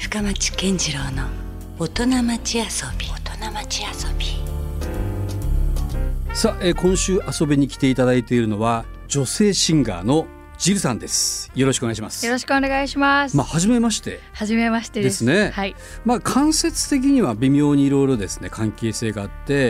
深町健次郎の大人町遊び。 さあ、今週遊びに来ていただいているのは女性シンガーのジルさんです。よろしくお願いします。 よろしくお願いします。 初めましてですね。 はい。 間接的には微妙にいろいろですね関係性があって、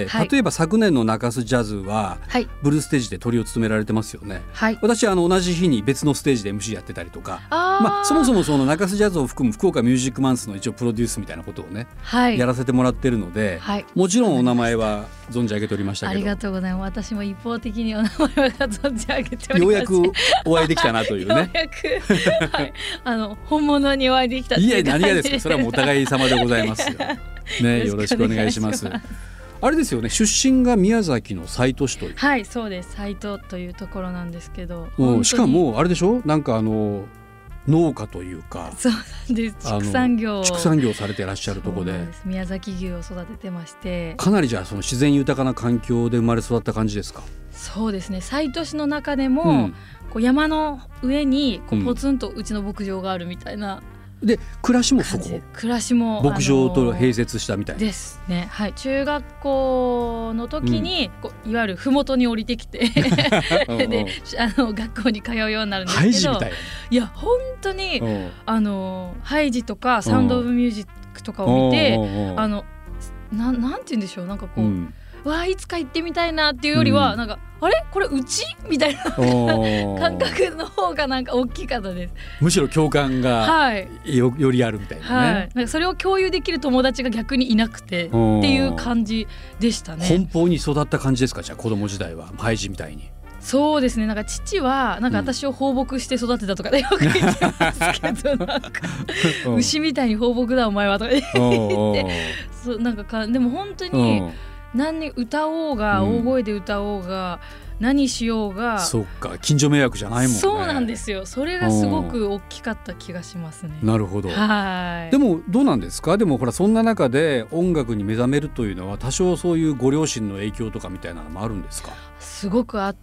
はい、 例えば昨年の中洲ジャズは、 はい、 ブルーステージでトリを務められてますよね。 はい、 私同じ日に別のステージで MC やってたりとか、そもそも中洲ジャズを含む福岡ミュージックマンスの一応プロデュースみたいなことをね、 はい、 やらせてもらってるので、 はい、 もちろんお名前は存じ上げておりましたけど、 ありがとうございます。私も一方的にお名前は存じ上げております。 ようやくお会いできたなというねはい、本物にお会いできたっていう感じで。 何がですか、それはもうお互い様でございますよ、ね、よろしくお願いします。あれですよね、出身が宮崎の西都市という。 はい、そうです。西都というところなんですけど、 しかもあれでしょ、なんか農家というか、 そうなんです。畜産業されていらっしゃるところで、 宮崎牛を育ててまして、 かなりじゃあその自然豊かな環境で生まれ育った感じですか。 そうですね。西都市の中でも、こう山の上にこうポツンとうちの牧場があるみたいな、 で暮らしもそこ、 暮らしも牧場と併設したみたいなですね。はい、中学校の時に、こういわゆる麓に降りてきてで学校に通うようになるんですけど、 ハイジみたいな。 いや本当にハイジとかサウンドオブミュージックとかを見て、なんて言うんでしょう、なんかこう、わあいつか行ってみたいなっていうよりは、なんかあれこれうちみたいな感覚の方がなんか大きかったです。 むしろ共感がよりあるみたいなね、 はい、なんかそれを共有できる友達が逆にいなくてっていう感じでしたね。 奔放に育った感じですか、じゃあ子供時代はハイジみたいに。 そうですね。なんか父はなんか私を放牧して育てたとかでよく言ってますけど、なんか牛みたいに放牧だお前はとか言ってそうなんかでも本当に何に歌おうが、大声で歌おうが何しようが、 そっか、近所迷惑じゃないもんね。 そうなんですよ。それがすごく大きかった気がしますね。 なるほど。 はい。 でもどうなんですか。でもほらそんな中で音楽に目覚めるというのは多少そういうご両親の影響とかみたいなのもあるんですか。 すごくあって、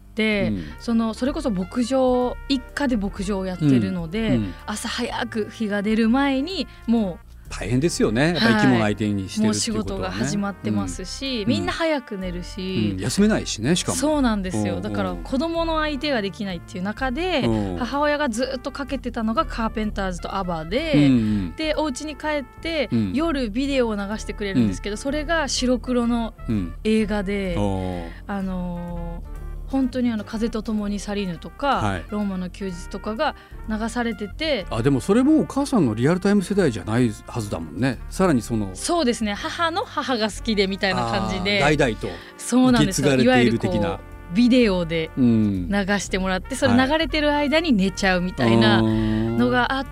それこそ一家で牧場をやってるので、朝早く日が出る前にもう大変ですよね。やっぱ生き物相手にしてるっていうことはね、 もう仕事が始まってますし、みんな早く寝るし、 休めないしね。しかもそうなんですよ。だから子供の相手ができないっていう中で、母親がずっとかけてたのがカーペンターズとアバで、でお家に帰って、夜ビデオを流してくれるんですけど、それが白黒の映画で、本当に風と共に去りぬとか、ローマの休日とかが流されてて、 でもそれもお母さんのリアルタイム世代じゃないはずだもんね。さらにそうですね。母の母が好きでみたいな感じで代々と受け継がれている的な、 ビデオで流してもらって、それ流れてる間に寝ちゃうみたいなのがあって、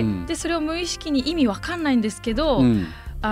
でそれを無意識に意味わかんないんですけど、The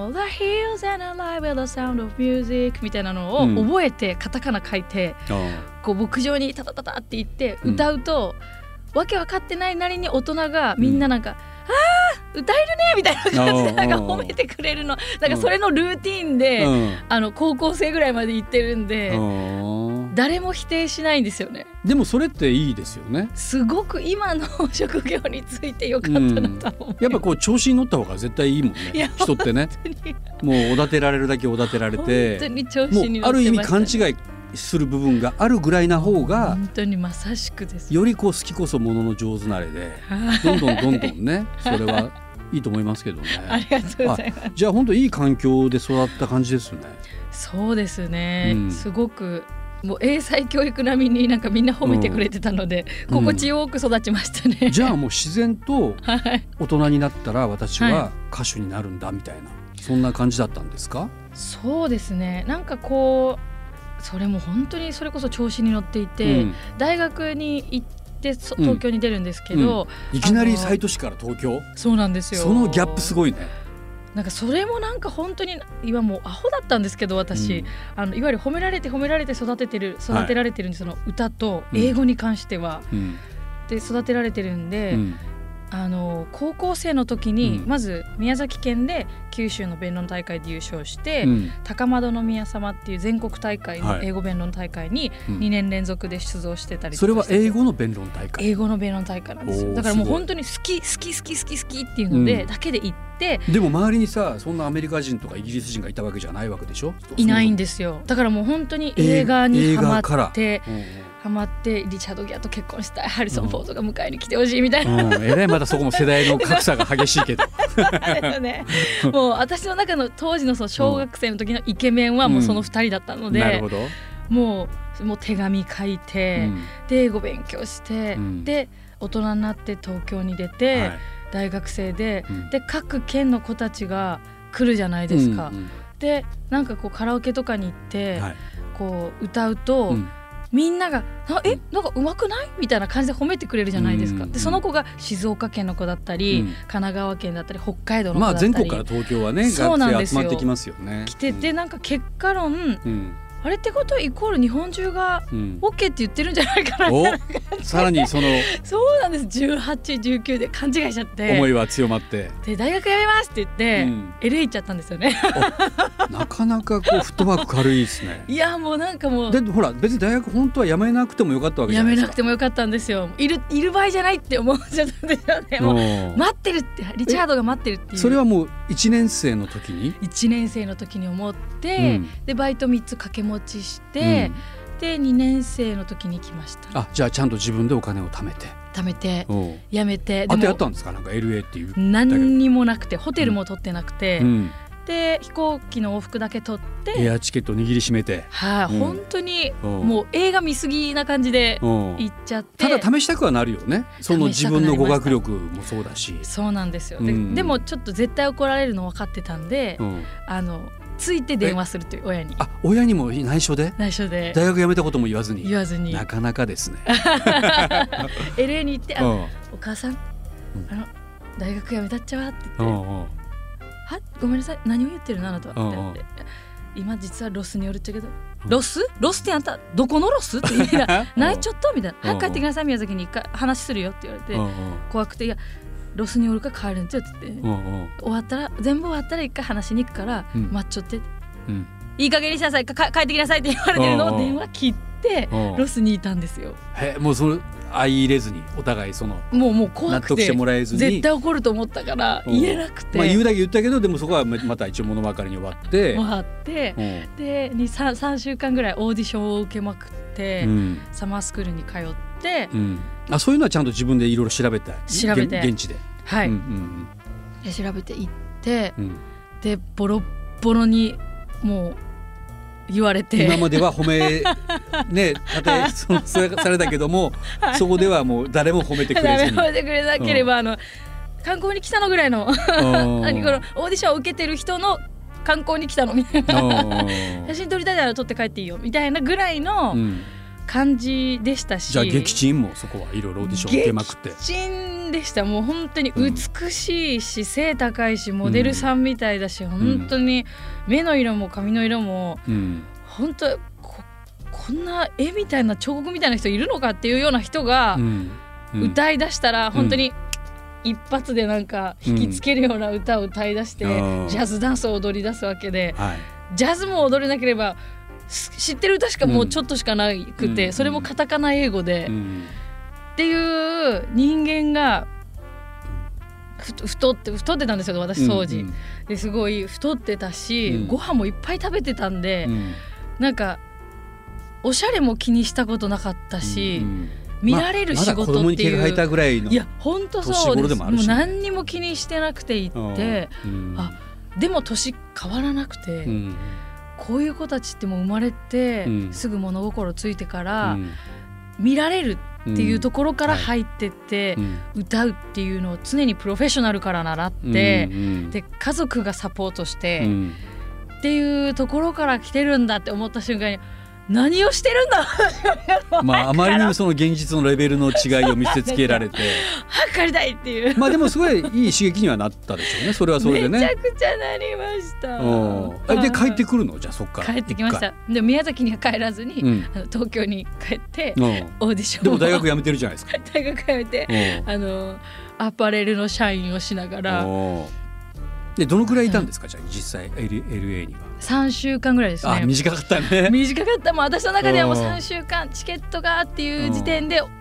hills and alive with the sound of music みたいなのを覚えて、カタカナ書いて、こう牧場にタタタタって行って歌うと、わけ分かってないなりに大人がみんななんか、歌えるねみたいな感じでなんか褒めてくれるの。なんかそれのルーティーンで、高校生ぐらいまで行ってるんで、誰も否定しないんですよね。 でもそれっていいですよね。 すごく今の職業についてよかったなと思います。 やっぱこう調子に乗った方が絶対いいもんね。人ってね、もうおだてられるだけおだてられて、 本当に調子に乗ってましたね。もうある意味勘違いする部分があるぐらいな方が、 本当にまさしくです。 よりこう好きこそものの上手なれで、どんどんねそれはいいと思いますけどね。 ありがとうございます。 じゃあ本当いい環境で育った感じですよね。 そうですね、すごくもう英才教育並みになんかみんな褒めてくれてたので、心地よく育ちましたね。 じゃあもう自然と大人になったら私は歌手になるんだみたいな、そんな感じだったんですか。 そうですね。なんかこうそれも本当にそれこそ調子に乗っていて、大学に行って東京に出るんですけど、 いきなり西都市から東京。 そうなんですよ。 そのギャップすごいね。 なんかそれもなんか本当に今もうアホだったんですけど、私、いわゆる褒められて育てられてるんで、その歌と英語に関しては、で育てられてるんで、高校生の時にまず宮崎県で九州の弁論大会で優勝して、高円宮様っていう全国大会の英語弁論大会に2年連続で出場してたりとかして、 それは英語の弁論大会。 英語の弁論大会なんですよ。だからもう本当に好きっていうので、だけで行ってて、 でも周りにさそんなアメリカ人とかイギリス人がいたわけじゃないわけでしょ。 いないんですよ。だからもう本当に映画にハマってリチャード・ギアと結婚したい、ハリソン・フォードが迎えに来てほしいみたいな、 えらいまたそこも世代の格差が激しいけどね、もう私の中の当時のその小学生の時のイケメンはもうその2人だったので、 なるほど。 もう手紙書いて、で英語勉強して、で大人になって東京に出て、大学生で、で各県の子たちが来るじゃないですか、でなんかこうカラオケとかに行って、こう歌うと、みんながなんか上手くないみたいな感じで褒めてくれるじゃないですか。でその子が静岡県の子だったり、神奈川県だったり北海道の子だったり、 全国から東京はね学生集まってきますよね。 来てて、なんか結果論、あれってことはイコール日本中が OK って言ってるんじゃないかな、 さらにそのそうなんです。18、19で勘違いしちゃって、 思いは強まって、 で大学辞めますって言って、LA 行っちゃったんですよねなかなかこうフットワーク軽いですね。 いやもうなんかもうでほら別に大学本当は辞めなくてもよかったわけじゃないですか。 辞めなくてもよかったんですよ。いる場合じゃないって思っちゃったんですよね。もう待ってるって、リチャードが待ってるっていう。 それはもう1年生の時に 1年生の時に思って、でバイト3つ掛け持ちして、で2年生の時に来ました。 じゃあちゃんと自分でお金を貯めて辞めて、 あとやったんですか。なんか LA っていう何にもなくて、ホテルも取ってなくて、で飛行機の往復だけ取ってエアチケット握りしめて、 本当にもう映画見過ぎな感じで行っちゃって、 ただ試したくはなるよね。その自分の語学力もそうだし。 そうなんですよ。でもちょっと絶対怒られるの分かってたんで、ついて電話するという親に。 親にも内緒で大学辞めたことも言わずになかなかですね LA に行って、お母さん大学辞めたっちゃわって言って、はごめんなさい何を言ってるのあなたはって、今実はロスにおるっちゃけど、ロスってあんたどこのロスって言いな泣いちゃったみたいな、早く帰ってきなさい宮崎に一回話するよって言われて、怖くて、いやロスにおるか帰るんちゃって言って、全部終わったら一回話しに行くから待っちょって、いい加減にしなさい帰ってきなさいって言われてるのを電話切ってロスにいたんですよ。 もうその相入れずにお互いそのもう怖くて納得してもらえずに、 絶対怒ると思ったから言えなくて、 言うだけ言ったけど、でもそこはまた一応物分かりに終わって、 で 3週間ぐらいオーディションを受けまくって、サマースクールに通って、 そういうのはちゃんと自分でいろいろ調べて現地で、 調べて行って、でボロッボロにもう言われて、 今までは褒めねされたけども、そこではもう誰も褒めてくれずに、 褒めてくれなければ、観光に来たのぐらいのこのオーディションを受けてる人の観光に来たのみたいな写真撮りたいなら撮って帰っていいよみたいなぐらいの感じでしたし、 じゃあ撃沈もそこはいろいろオーディション受けまくって。 撃沈でした。もう本当に美しいし、背高いし、モデルさんみたいだし、本当に目の色も髪の色も、本当こんな絵みたいな彫刻みたいな人いるのかっていうような人が歌い出したら、本当に一発でなんか引きつけるような歌を歌い出して、ジャズダンスを踊り出すわけで、ジャズも踊れなければ知ってる歌しかもうちょっとしかなくて、それもカタカナ英語で、っていう人間が太ってたんですよ私当時、ですごい太ってたし、ご飯もいっぱい食べてたんで、なんかおしゃれも気にしたことなかったし、見られる仕事っていう、 まだ子供に毛が生えたぐらいの、 いや本当そうです。もう何にも気にしてなくて行って、でも年変わらなくて、こういう子たちってもう生まれて、すぐ物心ついてから、見られるっていうところから入ってって、歌うっていうのを常にプロフェッショナルから習って、で家族がサポートして、っていうところから来てるんだって思った瞬間に、何をしてるんだあまりにもその現実のレベルの違いを見せつけられて測りたいっていう、 でもすごいいい刺激にはなったでしょうね。それはそれでね、 めちゃくちゃなりました。 で帰ってくるの？じゃあそっから帰ってきました。で宮崎には帰らずに、東京に帰ってオーディションを。 でも大学辞めてるじゃないですか。 大学辞めてアパレルの社員をしながら。 でどのくらいいたんですか、じゃあ実際 LA には。 3週間ぐらいですね。 短かったね。 短かった。もう私の中ではもう3週間チケットがっていう時点で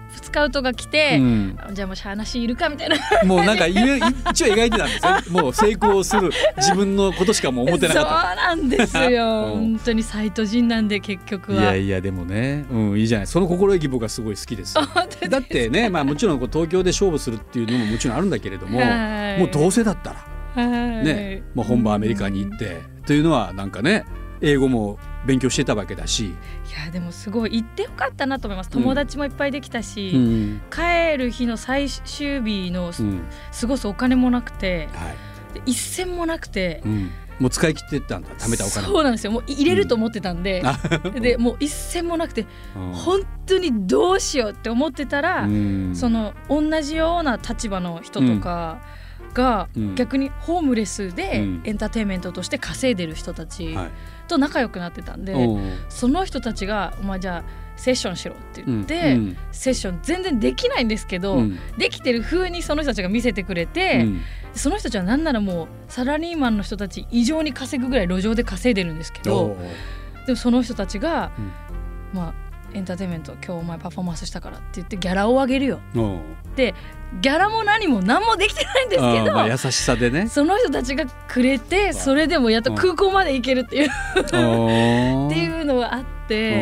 スカウトが来て、じゃあもうしゃあなしいるかみたいなもうなんか一応描いてたんですよもう成功する自分のことしかもう思ってなかったそうなんですよ、本当にサイト人なんで結局は。 いやでもね、いいじゃない。その心意気僕はすごい好きですよだってね、もちろん東京で勝負するっていうのももちろんあるんだけれども、もうどうせだったら、ね、もう本場アメリカに行って、というのはなんかね英語も勉強してたわけだし、いやでもすごい行ってよかったなと思います。友達もいっぱいできたし、帰る日の最終日の過ごすお金もなくて、一銭もなくて、 もう使い切ってたんだ、貯めたお金。 そうなんですよ。もう入れると思ってたんで、でもう一銭もなくて、本当にどうしようって思ってたら、その同じような立場の人とかが、逆にホームレスでエンターテインメントとして稼いでる人たちと仲良くなってたんで、その人たちがお前じゃあセッションしろって言って、セッション全然できないんですけど、できてる風にその人たちが見せてくれて、その人たちはなんならもうサラリーマンの人たち異常に稼ぐぐらい路上で稼いでるんですけど、でもその人たちが、エンターテインメント今日お前パフォーマンスしたからって言ってギャラを上げるよで、ギャラも何もできてないんですけど、 優しさでね、 その人たちがくれて、それでもやっと空港まで行けるっていうっていうのがあって、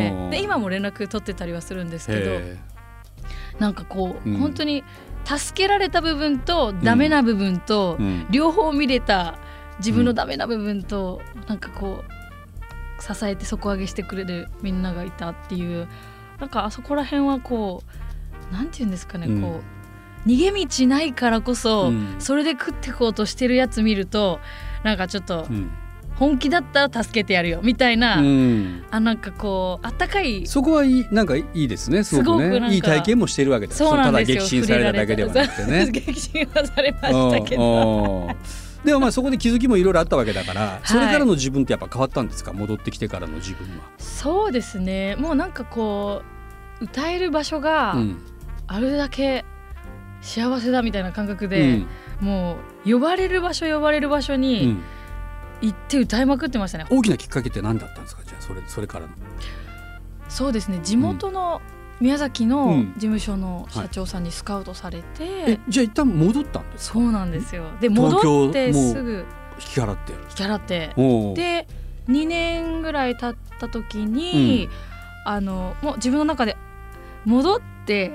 で今も連絡取ってたりはするんですけど、なんかこう、本当に助けられた部分とダメな部分と、両方見れた自分のダメな部分と、なんかこう支えて底上げしてくれるみんながいたっていう、なんかあそこら辺はこうなんていうんですかね、こう逃げ道ないからこそ、それで食ってこうとしてるやつ見ると、なんかちょっと、本気だったら助けてやるよみたいな、なんかこうあったかい、 そこはいい、なんかいいですね、すごくね、いい体験もしてるわけだ。 そうなんですよ。 ただ激震されただけではなくてね激震はされましたけどでもそこで気づきもいろいろあったわけだから、それからの自分ってやっぱ変わったんですか、戻ってきてからの自分は。 そうですね、もうなんかこう歌える場所があるだけ幸せだみたいな感覚で、もう呼ばれる場所に行って歌いまくってましたね。 大きなきっかけって何だったんですか、じゃあそれからの。 そうですね、地元の宮崎の事務所の社長さんにスカウトされて、 じゃあ一旦戻ったんですか。 そうなんですよ。で戻ってすぐ引き払ってで2年ぐらい経った時に、もう自分の中で戻って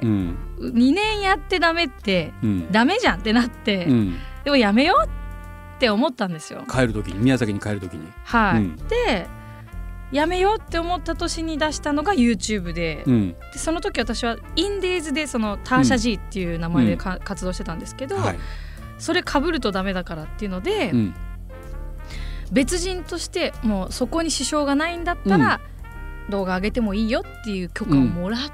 、2年やってダメって、ダメじゃんってなって、でもやめようって思ったんですよ。 帰る時に、宮崎に帰る時に。 でやめようって思った年に出したのが YouTube で、でその時私はインディーズでそのターシャ G っていう名前で活動してたんですけど、それ被るとダメだからっていうので、別人としてもうそこに支障がないんだったら、動画上げてもいいよっていう許可をもらって、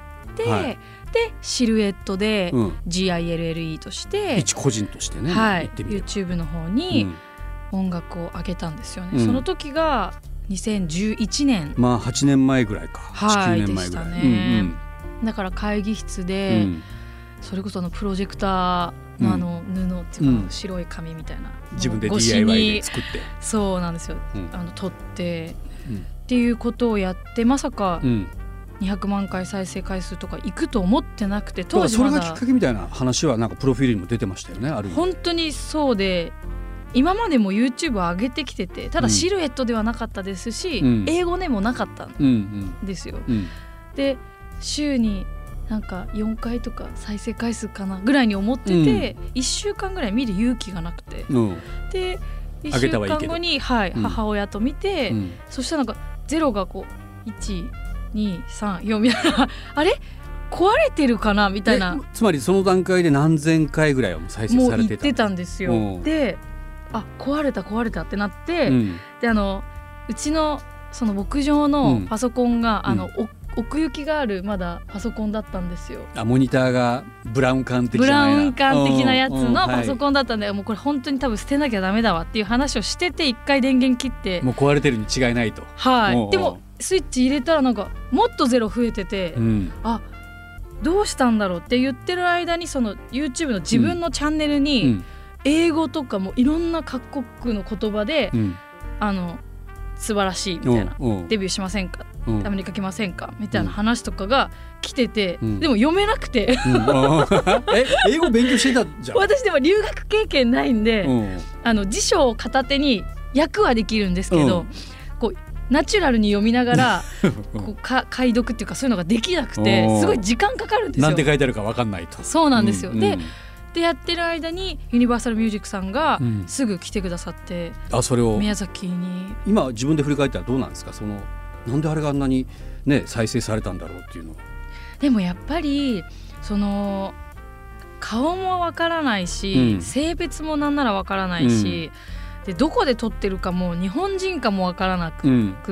でシルエットで GILLE として、 一個人としてね、行ってみる YouTube の方に音楽を上げたんですよね。その時が2011年、 8年前ぐらいか、9年前ぐらいでしたね。 だから会議室で、それこそプロジェクターの布っていうか、白い紙みたいな自分で DIY で作って、 そうなんですよ、撮ってっていうことをやって、まさか200万回再生回数とかいくと思ってなくて、当時まだそれがきっかけみたいな話はなんかプロフィールにも出てましたよね。ある本当にそうで、今までも YouTube を上げてきてて、ただシルエットではなかったですし、英語でもなかったんですよ。で週になんか4回とか再生回数かなぐらいに思ってて、1週間ぐらい見る勇気がなくて、で1週間後に母親と見て、そしたらなんかゼロがこう1,2,3,4みたいなあれ壊れてるかなみたいな。 つまりその段階で何千回ぐらいはもう再生されてた。 もう言ってたんですよ。で壊れたってなって、でうちのその牧場のパソコンが、奥行きがあるまだパソコンだったんですよ。 モニターがブラウン管的なやつのパソコンだったんで、もうこれ本当に多分捨てなきゃダメだわっていう話をしてて、一回電源切って、 もう壊れてるに違いないと。 でもスイッチ入れたらなんかもっとゼロ増えてて、どうしたんだろうって言ってる間に、その YouTube の自分のチャンネルに、英語とかもいろんな各国の言葉で、素晴らしいみたいな、デビューしませんかアメリカ来ませんかみたいな話とかが来てて、でも読めなくて、 英語勉強してたじゃん。 私でも留学経験ないんで、辞書を片手に訳はできるんですけど、こうナチュラルに読みながらこう解読っていうかそういうのができなくて、すごい時間かかるんですよ。 なんて書いてあるか分かんないと。 そうなんですよ。でやってる間にユニバーサルミュージックさんがすぐ来てくださって、 それを宮崎に今自分で振り返ったらどうなんですか？なんであれがあんなに、ね、再生されたんだろうっていうのは。 でもやっぱり顔もわからないし、性別もなんならわからないし、でどこで撮ってるかも日本人かもわからなくって、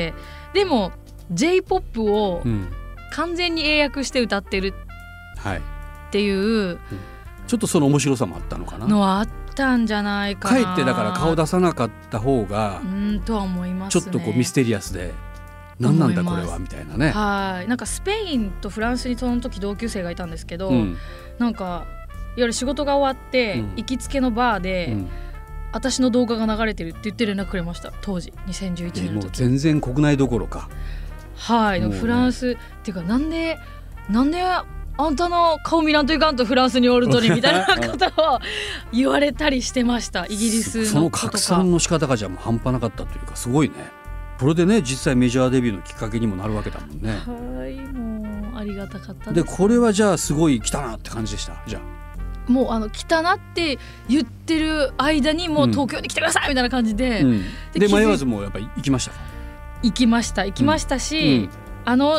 でも J-POP を完全に英訳して歌ってるっていう、 ちょっとその面白さもあったのかな。 のはあったんじゃないかな。 かえってだから顔出さなかった方がとは思いますね。 ちょっとこうミステリアスで何なんだこれはみたいなね。 なんかスペインとフランスにその時同級生がいたんですけど、なんかいわゆる仕事が終わって、行きつけのバーで、私の動画が流れてるって言って連絡くれました。当時2011年の時。 もう全然国内どころか。 フランスっていうかなんであんたの顔見らんといかんとフランスにおるとにみたいなことを言われたりしてました。イギリスのその拡散の仕方がじゃあもう半端なかったというかすごいね。これでね実際メジャーデビューのきっかけにもなるわけだもんね。 もうありがたかったです。 でこれはじゃあすごい来たなって感じでした。じゃあもう来たなって言ってる間にもう東京に来てくださいみたいな感じで、 で迷わずもうやっぱり行きましたか？ 行きましたし、あの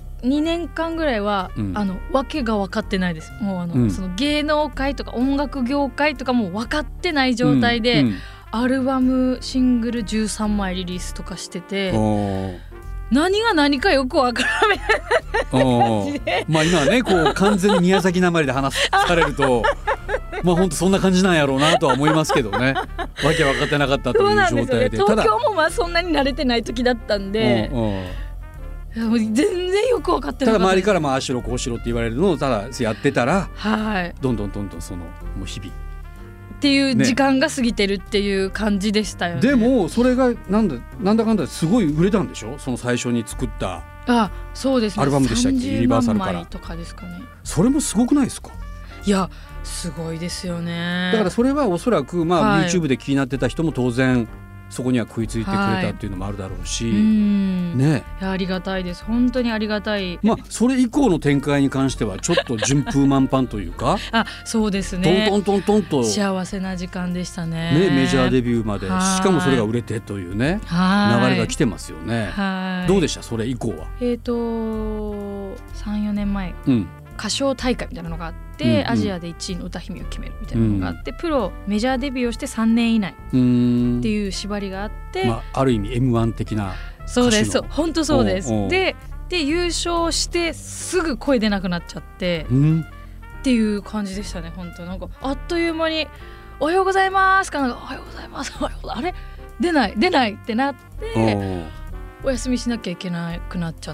2年間ぐらいは、わけが分かってないです。もうその芸能界とか音楽業界とかも分かってない状態で、アルバムシングル13枚リリースとかしてて、何が何かよく分からない感じで今はねこう完全に宮崎なまりで話されると本当そんな感じなんやろうなとは思いますけどね。わけ分かってなかったという状態で。 東京もそんなに慣れてない時だったんで、全然よく分かってなかった。 ただ周りからああしろこうしろって言われるのをただやってたら、どんどんもう日々 っていう時間が過ぎてるっていう感じでしたよね。 でもそれがなんだかんだすごい売れたんでしょ？その最初に作ったそうですね、 アルバムでしたっけ？ユニバーサルから 30万枚とかですかね。 それもすごくないですか？ いやすごいですよね。 だからそれはおそらくYouTube で気になってた人も当然そこには食いついてくれたっていうのもあるだろうし、ね、 いやありがたいです。本当にありがたい。 それ以降の展開に関してはちょっと順風満帆というかそうですね、 トントントントンと幸せな時間でしたね。 メジャーデビューまで、しかもそれが売れてというね流れが来てますよね。どうでしたそれ以降は ？3,4 年前、歌唱大会みたいなのがあって、アジアで1位の歌姫を決めるみたいなのがあって、プロメジャーデビューをして3年以内っていう縛りがあって、 ある意味 M1 的な歌手の。そうです、 本当そうです。で優勝してすぐ声出なくなっちゃって、っていう感じでしたね。本当なんかあっという間におはようございますかなんかおはようございますあれ出ないってなって、お休みしなきゃいけなくなっちゃって、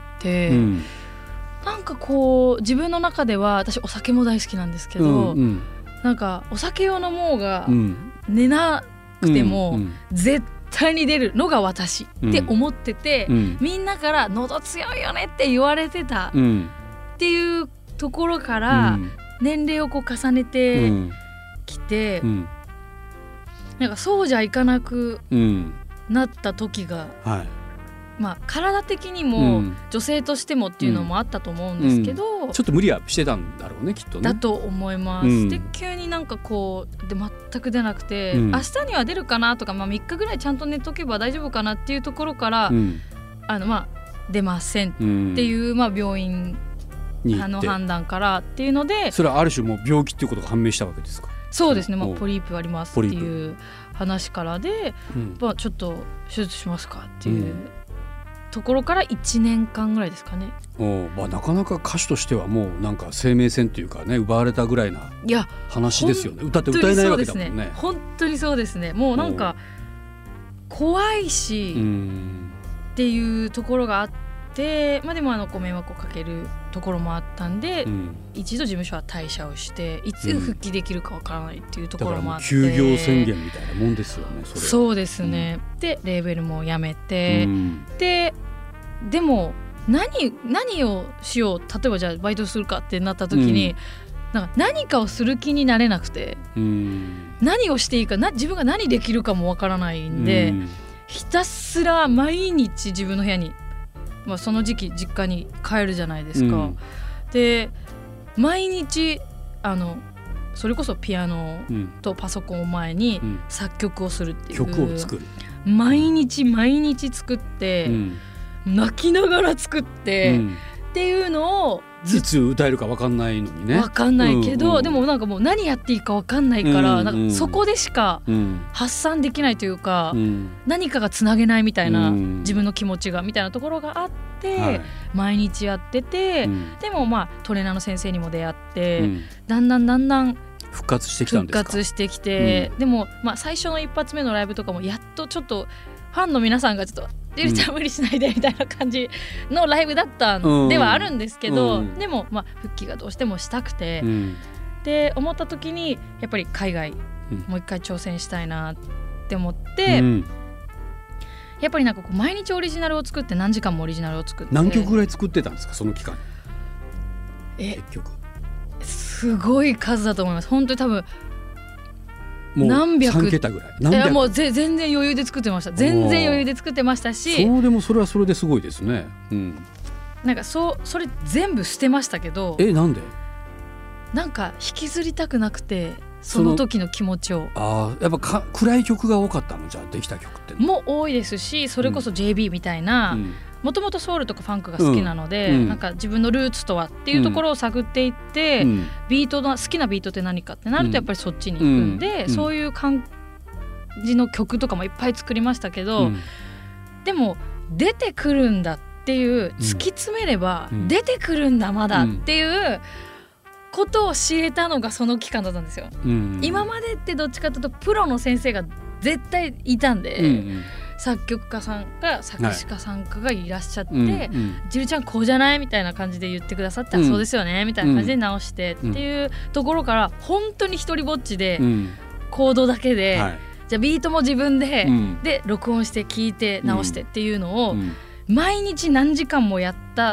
なんかこう自分の中では私お酒も大好きなんですけど、なんかお酒を飲もうが、寝なくても、絶対に出るのが私って思ってて、みんなから喉強いよねって言われてたっていうところから、年齢をこう重ねてきて、なんかそうじゃいかなくなった時が、体的にも女性としてもっていうのもあったと思うんですけど、 ちょっと無理はしてたんだろうねきっとね。 だと思います。で急になんかこうで全く出なくて、明日には出るかなとか、3日ぐらいちゃんと寝とけば大丈夫かなっていうところから、出ませんっていう、病院の判断からっていうので、 それはある種もう病気っていうことが判明したわけですか？ そうですね、ポリープありますっていう話からで、ちょっと手術しますかっていうところから1年間ぐらいですかね。 なかなか歌手としてはもうなんか生命線というかね奪われたぐらいな話ですよね。歌って歌えないわけだもんね。 本当にそうですね。もうなんか怖いしっていうところがあって、でもご迷惑をかけるところもあったんで、一度事務所は退社をしていつ復帰できるかわからないっていうところもあって、 休業宣言みたいなもんですよね。 そうですね。でレーベルも辞めて、ででも何をしよう、例えばじゃあバイトするかってなった時に、なんか何かをする気になれなくて、何をしていいか自分が何できるかもわからないんで、ひたすら毎日自分の部屋に、その時期実家に帰るじゃないですか、で毎日それこそピアノとパソコンを前に作曲をするっていう、 曲を作る、 毎日作って、泣きながら作って、っていうのをいつ歌えるか分かんないのにね。 分かんないけど、でもなんかもう何やっていいか分かんないから、なんかそこでしか発散できないというか、何かがつなげないみたいな、自分の気持ちがみたいなところがあって、毎日やってて、でもトレーナーの先生にも出会って、だんだん復活してきたんですか？ 復活してきて、でも最初の一発目のライブとかもやっとちょっとファンの皆さんがちょっとゆりちゃん無理しないでみたいな感じのライブだったんではあるんですけど、でも復帰がどうしてもしたくて、って思った時にやっぱり海外もう一回挑戦したいなって思って、やっぱりなんか毎日オリジナルを作って、何時間もオリジナルを作って。 何曲ぐらい作ってたんですか、その期間？結局すごい数だと思います。本当に多分もう何百、 3桁ぐらい。 もう全然余裕で作ってました。全然余裕で作ってましたし、 でもそれはそれですごいですね。 なんかそれ全部捨てましたけど。 なんで？ なんか引きずりたくなくて、その時の気持ちを。 やっぱ暗い曲が多かったの？じゃあできた曲っても多いですし、それこそ JB みたいな、もともとソウルとかファンクが好きなので、なんか自分のルーツとはっていうところを探っていって、ビートの好きなビートって何かってなるとやっぱりそっちに行くんで、そういう感じの曲とかもいっぱい作りましたけど、でも出てくるんだっていう、突き詰めれば出てくるんだまだっていうことを知れたのがその期間だったんですよ。今までってどっちかというとプロの先生が絶対いたんで、作曲家さんか作詞家さんかがいらっしゃって、ジルちゃんこうじゃないみたいな感じで言ってくださったら、そうですよねみたいな感じで直してっていうところから、本当に一人ぼっちで、コードだけで、じゃあビートも自分で、で録音して聞いて直してっていうのを、毎日何時間もやった、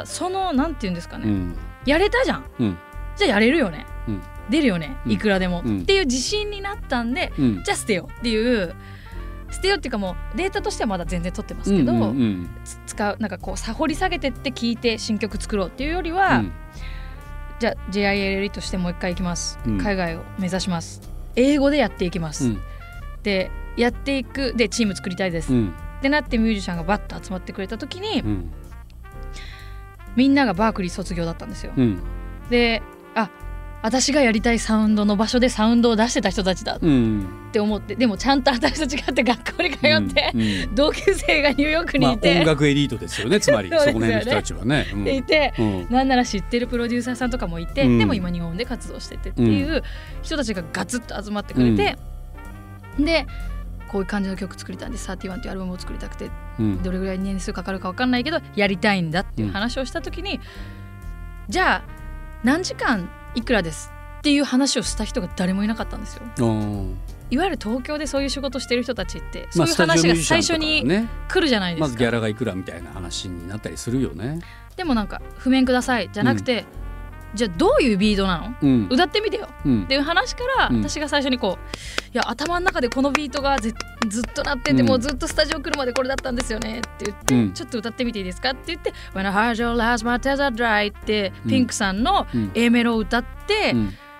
そのなんていうんですかね、やれたじゃん、じゃあやれるよね、出るよね、いくらでも、っていう自信になったんで、じゃあ捨てようっていう。捨てようっていうか、もうデータとしてはまだ全然取ってますけど、使うなんかこう掘り下げてって聞いて新曲作ろうっていうよりは、じゃあ JILL としてもう一回行きます、海外を目指します、英語でやっていきます、でやっていく、でチーム作りたいです、ってなってミュージシャンがバッと集まってくれた時に、みんながバークリー卒業だったんですよ、で私がやりたいサウンドの場所でサウンドを出してた人たちだって思って、でもちゃんと私たちがあって学校に通って、同級生がニューヨークにいて、 音楽エリートですよね、つまりそこの辺の人たちはね、 いて、なんなら知ってるプロデューサーさんとかもいて、でも今日本で活動しててっていう人たちがガツッと集まってくれて、でこういう感じの曲作りたいんです、31っていうアルバムを作りたくて、どれぐらい年数かかるか分かんないけどやりたいんだっていう話をした時に、じゃあ何時間いくらですっていう話をした人が誰もいなかったんですよ。いわゆる東京でそういう仕事してる人たちってそういう話が最初に来るじゃないですか。 まずギャラがいくらみたいな話になったりするよね。 でもなんか譜面くださいじゃなくて、じゃあどういうビートなの、歌ってみてよ、っていう話から、私が最初にこう、いや頭の中でこのビートがずっと鳴ってて、もうずっとスタジオ来るまでこれだったんですよねって言って、ちょっと歌ってみていいですかって言って、When I heard your last my tears are dry ってピンクさんの A メロを歌って、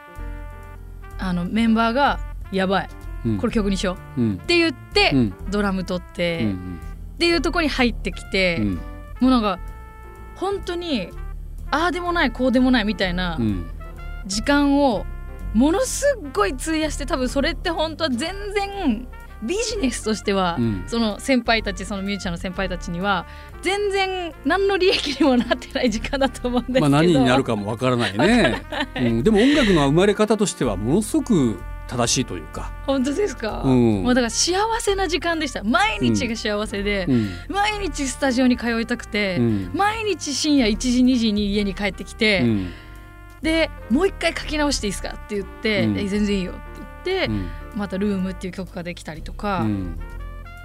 メンバーがやばい、これ曲にしようって言って、ドラム取って、っていうところに入ってきて、もうなんか本当にああでもないこうでもないみたいな時間をものすごい費やして、多分それって本当は全然ビジネスとしては、その先輩たち、そのミュージシャンの先輩たちには全然何の利益にもなってない時間だと思うんですけど、 何になるかもわからないね、でも音楽の生まれ方としてはものすごく正しいというか。 本当ですか、もうだから幸せな時間でした。毎日が幸せで、毎日スタジオに通いたくて、毎日深夜1時2時に家に帰ってきて、でもう一回書き直していいですかって言って、全然いいよって言って、またルームっていう曲ができたりとか、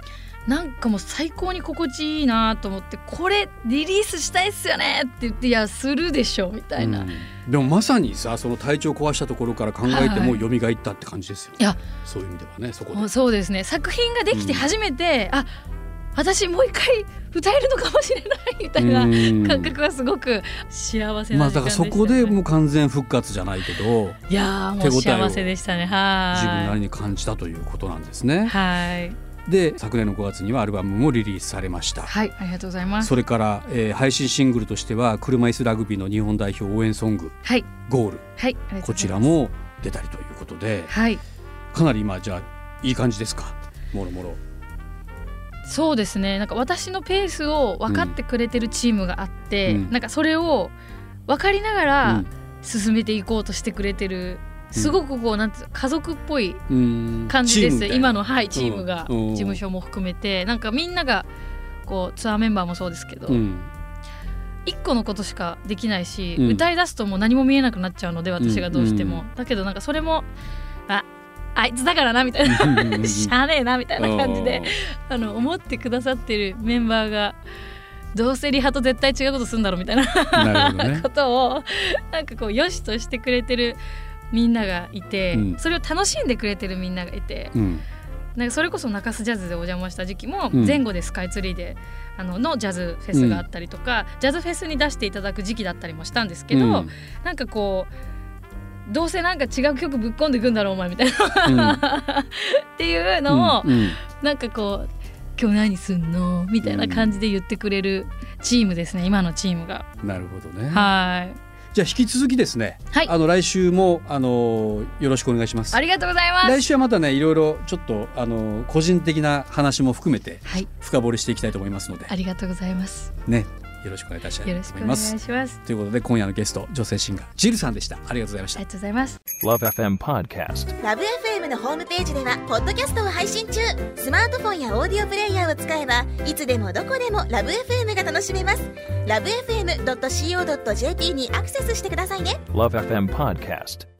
なんかもう最高に心地いいなと思って、これリリースしたいっすよねって言って、いやするでしょみたいな、 でもまさにさ、その体調壊したところから考えても蘇ったって感じですよ、 いやそういう意味ではね。そこでそうですね、作品ができて初めて、あ、私もう一回歌えるのかもしれないみたいな感覚はすごく幸せな時間でしたね。 だからそこでもう完全復活じゃないけど、 いやもう幸せでしたね。はい、 自分なりに感じたということなんですね。 はい。 で昨年の5月にはアルバムもリリースされました。 はい、ありがとうございます。 それから、配信シングルとしては車椅子ラグビーの日本代表応援ソング、 はい、 ゴール、 はい、 こちらも出たりということで、 はい、 かなり今じゃあいい感じですか。もろもろそうですね、なんか私のペースを分かってくれてるチームがあって、なんかそれを分かりながら進めていこうとしてくれてる、すごくこうなんて家族っぽい感じです、今の、はい、チームが、事務所も含めて、なんかみんながこうツアーメンバーもそうですけど、一個のことしかできないし、歌い出すともう何も見えなくなっちゃうので、私がどうしても、だけどなんかそれもあいつだからなみたいなしゃあねえなみたいな感じで思ってくださってるメンバーが、どうせリハと絶対違うことするんだろうみたいな、ね、ことをなんかこう良しとしてくれてるみんながいて、それを楽しんでくれてるみんながいて、なんかそれこそ中洲ジャズでお邪魔した時期も、前後でスカイツリーでのジャズフェスがあったりとか、ジャズフェスに出していただく時期だったりもしたんですけど、なんかこうどうせなんか違う曲ぶっ込んでいくんだろうお前みたいな、っていうのを、なんかこう今日何すんのみたいな感じで言ってくれるチームですね、今のチームが。 なるほどね。 はい。 じゃあ引き続きですね、はい、来週もよろしくお願いします。 ありがとうございます。 来週はまたね、いろいろちょっと個人的な話も含めて深掘りしていきたいと思いますので、 ありがとうございますね、よろしくお願いいたします。 よろしくお願いします。 ということで今夜のゲスト、女性シンガージルさんでした。ありがとうございました。 ありがとうございます。 LoveFM Podcast LoveFM のホームページではポッドキャストを配信中。スマートフォンやオーディオプレイヤーを使えばいつでもどこでも LoveFM が楽しめます。 LoveFM.co.jp にアクセスしてくださいね。 LoveFM Podcast